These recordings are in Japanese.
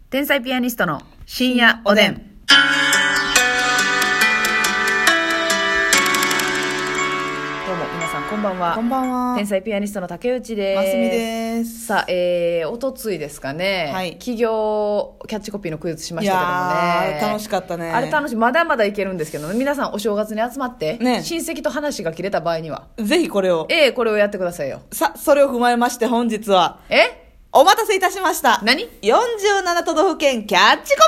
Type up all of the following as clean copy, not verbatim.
天才ピアニストの深夜おでん。どうも皆さんこんばんは。 こんばんは。 天才ピアニストの竹内です。 ますみです。 さあ、おとついですかね、 はい、 企業キャッチコピーのクイズしましたけどもね。 いやー楽しかったね。 あれ楽しい。まだまだいけるんですけど、皆さんお正月に集まって、 ね、 親戚と話が切れた場合にはぜひこれをこれをやってくださいよ。 さあ、それを踏まえまして本日はお待たせいたしました。 何 ?47 都道府県キャッチコ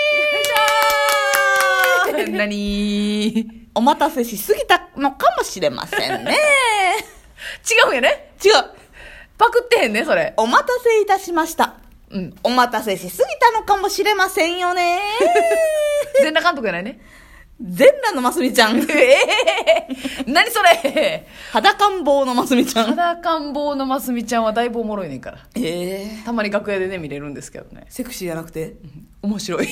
ピー。 よいしょー何お待たせしすぎたのかもしれませんね。 違うんやね。 違う。 パクってへんね、それ。 お待たせいたしました。 うん。 お待たせしすぎたのかもしれませんよね。 全裸監督やないね。 全裸のますみちゃん。 何それ。 裸感棒のますみちゃん。 裸感棒のますみちゃんはだいぶおもろいねんから。たまに楽屋でね見れるんですけどね。 セクシーじゃなくて、 面白い。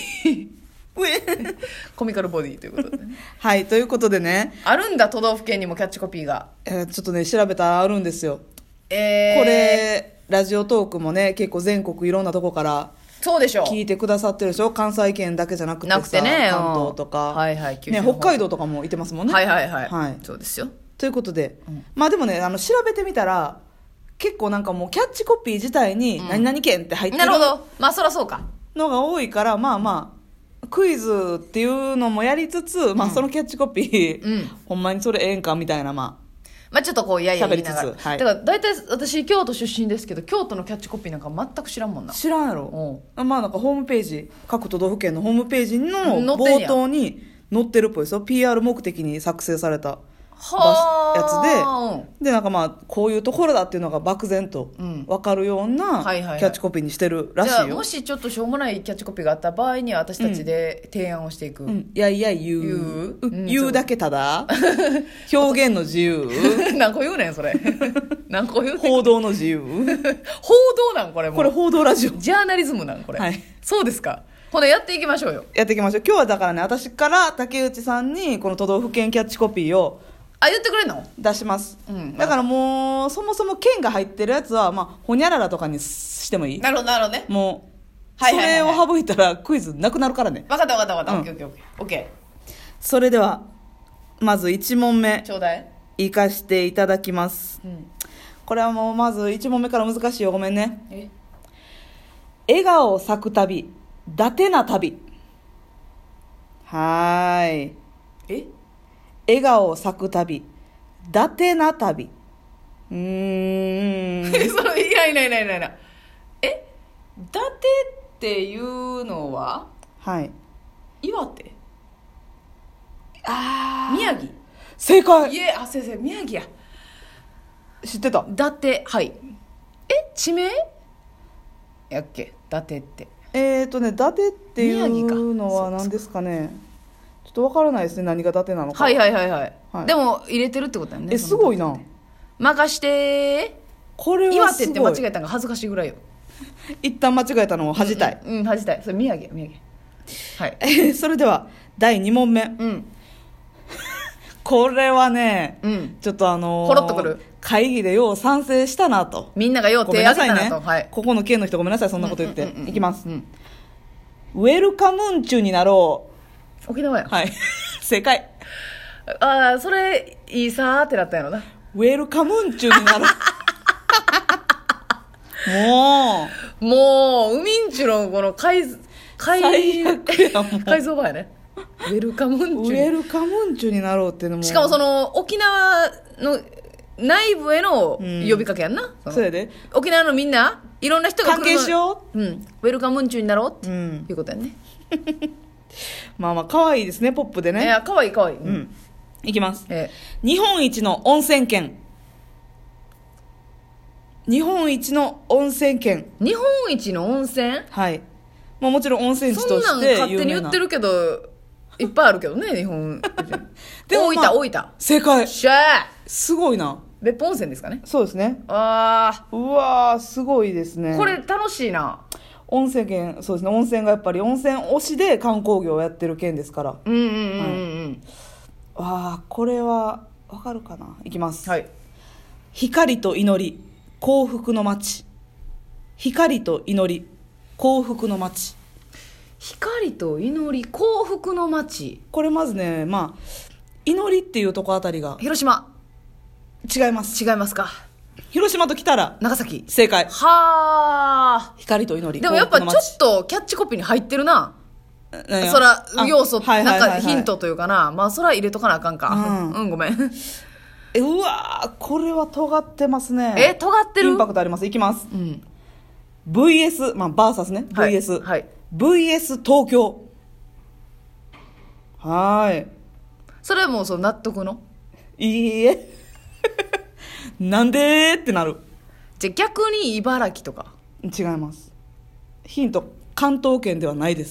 コミカルボディということでね。 はい、ということでね、 あるんだ、都道府県にもキャッチコピーが。 ちょっとね調べたらあるんですよ。これラジオトークもね結構全国いろんなとこからそうでしょう聞いてくださってるでしょ。関西圏だけじゃなくてさ、 なくてね、 関東とか、 はいはい、九州ね、北海道とかもいてますもんね。 はいはいはい、 はい、 そうですよ。 ということで、まあでもね調べてみたら結構なんかもうキャッチコピー自体に何々県って入ってる、 なるほど、まあそらそうかのが多いから、まあまあクイズっていうのもやりつつ、まあそのキャッチコピー、ほんまにそれええんかみたいな、まあちょっとこういやいや言いながら、 はい、 だから大体私京都出身ですけど、京都のキャッチコピーなんか全く知らんもんな。 知らんやろ。まあなんかホームページ、各都道府県のホームページの冒頭に載ってるっぽいですよ。 PR 目的に作成されたやつで、なんかまあこういうところだっていうのが漠然と分かるようなキャッチコピーにしてるらしいよ。 じゃあもしちょっとしょうもないキャッチコピーがあった場合には私たちで提案をしていく、 いやいや言うだけただ表現の自由何個言うねんそれ。何個言うねん。 報道の自由。 報道なんこれもう。 これ報道ラジオ。 ジャーナリズムなんこれ。はい。そうですか。ほなやっていきましょうよ。 やっていきましょう。今日はだからね、私から竹内さんにこの都道府県キャッチコピーを言ってくれんの？ 出します、だからもうそもそも県が入ってるやつはまあほにゃららとかにしてもいい。 なるほどなるほどね。 もうそれを省いたらクイズなくなるからね。 分かった分かった分かった、オッケーオッケーオッケー。 それではまず1問目ちょうだい。 いかしていただきます、これはもうまず1問目から難しいよ、ごめんね。笑顔咲く旅、伊達な旅。はーい。笑顔咲く旅、伊達な旅。 そのいないいない伊達っていうのは、 はい、 岩手、宮城。 正解。 先生宮城や。 知ってた？ 伊達。はい。地名やっけ、伊達って。 伊達っていうのは何ですかね。ちょっと分からないですね、何が伊達なのか。はい、でも入れてるってことだよね。 すごいな。 任してこれは岩手って間違えたのが恥ずかしいぐらいよ。 一旦間違えたのを恥じたい。 恥じたい。それ宮城。はい。 それでは第2問目。これはね、ちょっとコロッとくる会議でよう賛成したなと。 みんながよう手挙げたなと。はい。 ここの県の人ごめんなさい、そんなこと言って。いきます。ウェルカムンチュになろう。 沖縄や。 はい。正解。 それいいさーってなったやろな。 ウェルカムンチュになろう。 もうウミンチュのこの改造版やね。ウェルカムンチュ。 ウェルカムンチュになろうっていうのも。 しかもその沖縄の内部への呼びかけやんな。 そうやで。 沖縄のみんないろんな人が関係しよう。ウェルカムンチュになろうっていうことやね。 まあまあ可愛いですね、ポップでね。 いや可愛い。 いきます。日本一の温泉県。日本一の温泉県。 日本一の温泉。 はい。まあもちろん温泉地として有名な。そんなん勝手に言ってるけどいっぱいあるけどね、日本。でも大分。 正解。 しゃー。 すごいな。 別府温泉ですかね。 そうですね。 うわーすごいですね。 これ楽しいな。 温泉県、そうですね、温泉がやっぱり温泉推しで観光業をやってる県ですから。これはわかるかな。いきます。 はい。 光と祈り、幸福の街。光と祈り、幸福の街。 光と祈り、幸福の街。 これまずね、まあ祈りっていうとこあたりが広島。 違います。 違いますか。 広島と来たら長崎。 正解。 はあ。 光と祈り。 でもやっぱちょっとキャッチコピーに入ってるな。そら要素、なんかヒントというかな、まあそら入れとかなあかんか。ごめん。 うわー、これは尖ってますね。 尖ってる。 インパクトあります。いきます。VS、まあバーサスね。VS。 はい。 VS 東京。はい。 それはもう納得の。 いいえ。なんでーってなる。 じゃあ逆に茨城とか。 違います。ヒント、関東圏ではないです。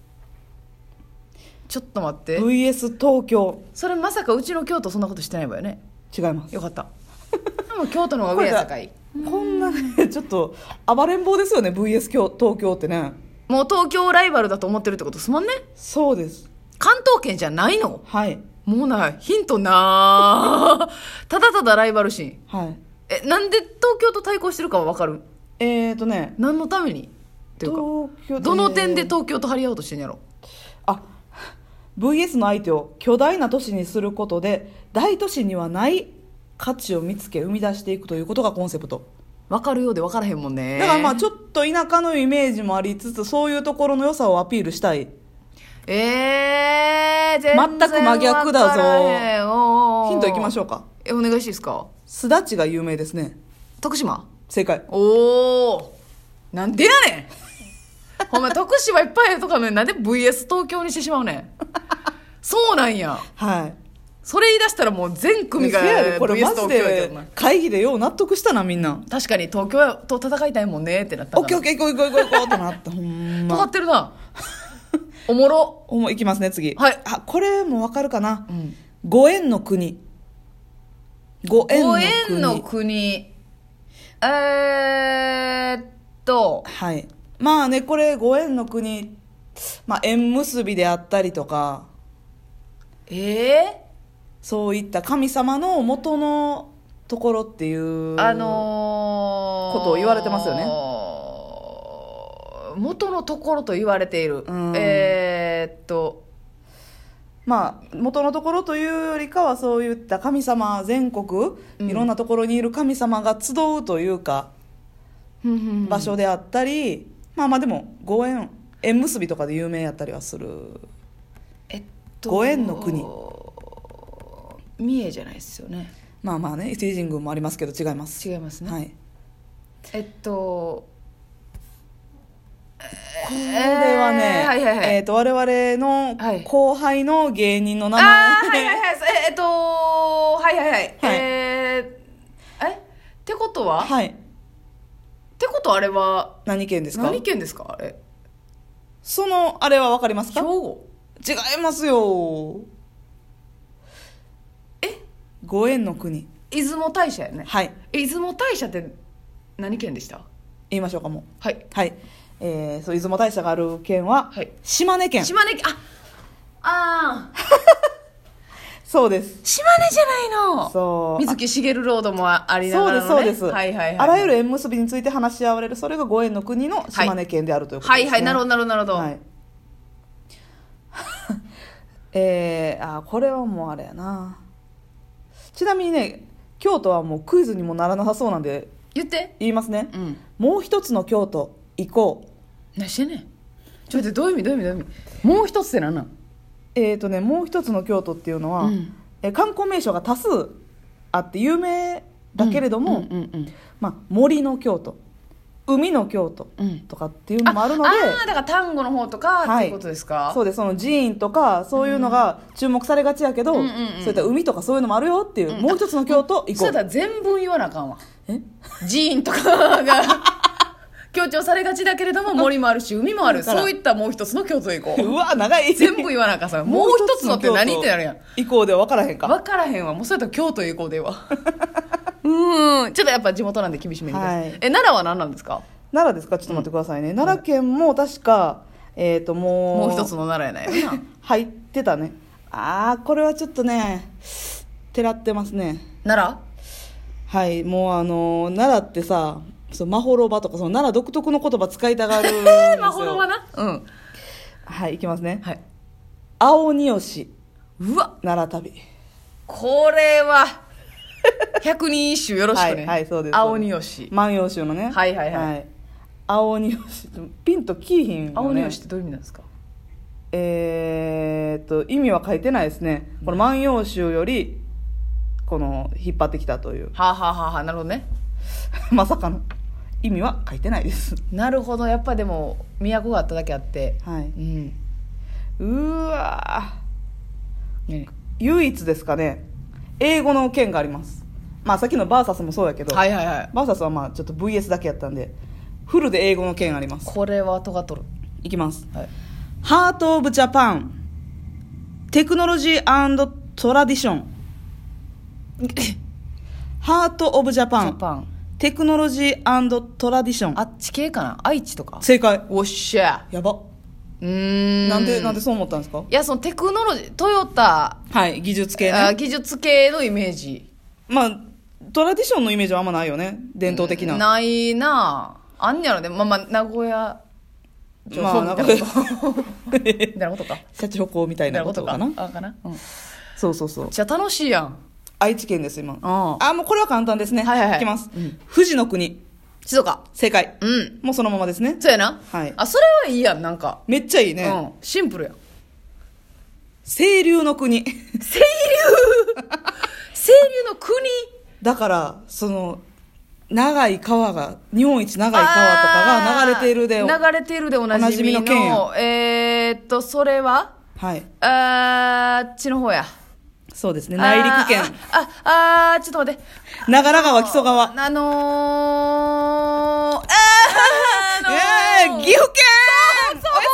ちょっと待って。 VS 東京。 それまさかうちの京都そんなことしてないわよね。 違います。 よかった。でも京都の方が上やさかい。 こんなね、ちょっと暴れん坊ですよね。 VS 東京ってね。もう東京ライバルだと思ってるってことですもんね。 そうです。 関東圏じゃないの。 はい。 もうないヒントなただただライバル心。 はい。 なんで東京と対抗してるかは分かる？ ね、 何のためにっていうか、どの点で東京と張り合おうとしてんやろ。 VS の相手を巨大な都市にすることで大都市にはない価値を見つけ生み出していくということがコンセプト。 分かるようで分からへんもんね。 だからまあちょっと田舎のイメージもありつつ、そういうところの良さをアピールしたい。 全然全く真逆だぞ。 ヒントいきましょうか。 お願いしていいですか。 すだちが有名ですね。 徳島。 正解。 おお、なんでやねん。ほんま徳島いっぱいあるとかね、なんで VS 東京にしてしまうねん。そうなんや。 はい。 それ言い出したらもう全組が VS これマジで会議でよう納得したな、みんな。 確かに東京と戦いたいもんねってなったから。 オッケーオッケー、行こう行こう行こうってなった。ほんま尖ってるな。おもろ。 いきますね、次。 はい。 これもわかるかな。ご縁の国。ご縁の国。 はい。 まあね、これご縁の国、まあ縁結びであったりとか、そういった神様の元のところっていうことを言われてますよね。 元のところと言われている。 まあ元のところというよりかは、そういった神様、全国いろんなところにいる神様が集うというか、場所であったり、まあでもご縁結びとかで有名やったりはする。ご縁の国。 三重じゃないですよね。 まあまあね、伊勢神宮もありますけど違います。 違いますね。 はい。これはね、我々の後輩の芸人の名前、 ってことは、ってことあれは何県ですか？ 何県ですか？あれ、 そのあれは分かりますか？ 兵庫？ 違いますよ。ご縁の国、 出雲大社やね。 はい。 出雲大社って何県でした？ 言いましょうか。もうはいはい。そう、出雲大社がある県は、島根県。 島根県。 そうです。 島根じゃないの。 そう。 水木しげるロードもありながらのね。 そうですそうです。 はいはいはい。 あらゆる縁結びについて話し合われる、それがご縁の国の島根県であるということですね。 はいはい、なるほどなるほどなるほど。 はい。これはもうあれやな。ちなみにね、京都はもうクイズにもならなさそうなんで言いますね。 うん。 もう一つの京都行こう。 何してんねん。ちょっとどういう意味どういう意味。もう一つって何なん？ もう一つの京都っていうのは、観光名所が多数あって有名だけれども、まあ、森の京都、海の京都とかっていうのもあるので、 だから丹後の方とかっていうことですか？ そうです。その寺院とかそういうのが注目されがちやけど、そういった海とかそういうのもあるよっていう、もう一つの京都行こう。 そうだ、全文言わなあかんわ。寺院とかが強調されがちだけれども、森もあるし海もある、そういったもう一つの京都へ行こう。 うわ長い。 全部言わなあかんさ。もう一つのって何ってなるやん。 行こうでは分からへんか。 分からへんわ。もうそれと京都へ行こうではちょっとやっぱ地元なんで厳しめに、奈良は何なんですか？ 奈良ですか？ちょっと待ってくださいね。奈良県も確かもう一つの奈良やないな入ってたね。これはちょっとねてらってますね。 奈良、 はい。もう奈良ってさ、まほろばとかその奈良独特の言葉使いたがるんですよ。 まほろばな。 はい、いきますね。 はい。 青によしうわ、 奈良旅。 これは百人一首よろしくね。 はい、はい、そうです。 青によし。 万葉集のね。 はいはいはい。 青によし、ピンとキーヒンよね。 青によしってどういう意味なんですか？ 意味は書いてないですね。この万葉集よりこの引っ張ってきたという。 はあ、はあはあ、なるほどね。 まさかの意味は書いてないです。 なるほど。やっぱでも都があっただけあって、 はい。 うん、 うわー、唯一ですかね、英語の件があります。まあさっきのバーサスもそうやけど、 はいはいはい。 バーサスはまあちょっと VS だけやったんで、フルで英語の件あります。 これはとがとる。 いきます。 はい。 ハートオブジャパン、テクノロジー&トラディション。ハートオブジャパン、テクノロジー&トラディション。 あっち系かな、愛知とか。 正解。 おっしゃ。 やば。なんでそう思ったんですか？ いや、そのテクノロジー、トヨタ、 はい、技術系ね。 技術系のイメージ。 まあトラディションのイメージはあんまないよね、伝統的な。 ないなあ。あんねやろね。まあまあ名古屋情報みたいなことみたいなことか。 シャチホコみたいなことかな。 あ、かな。うん。 そうそうそう。 じゃあ楽しいやん。 愛知県です今。 もうこれは簡単ですね。 はいはいはい。 いきます。 うん、 富士の国。 静岡。 正解。 うん。 もうそのままですね。 そうやな。 はい。 あ、それはいいやん、なんか。 めっちゃいいね。 うん。シンプルやん。 清流の国。 清流清流の国だから、その、長い川が、日本一長い川とかが流れているで、 流れているでおなじみの。 おなじみの県や。それははい。 あっちの方や。 そうですね、内陸県。 ちょっと待って。 長良川、木曽川。 岐阜県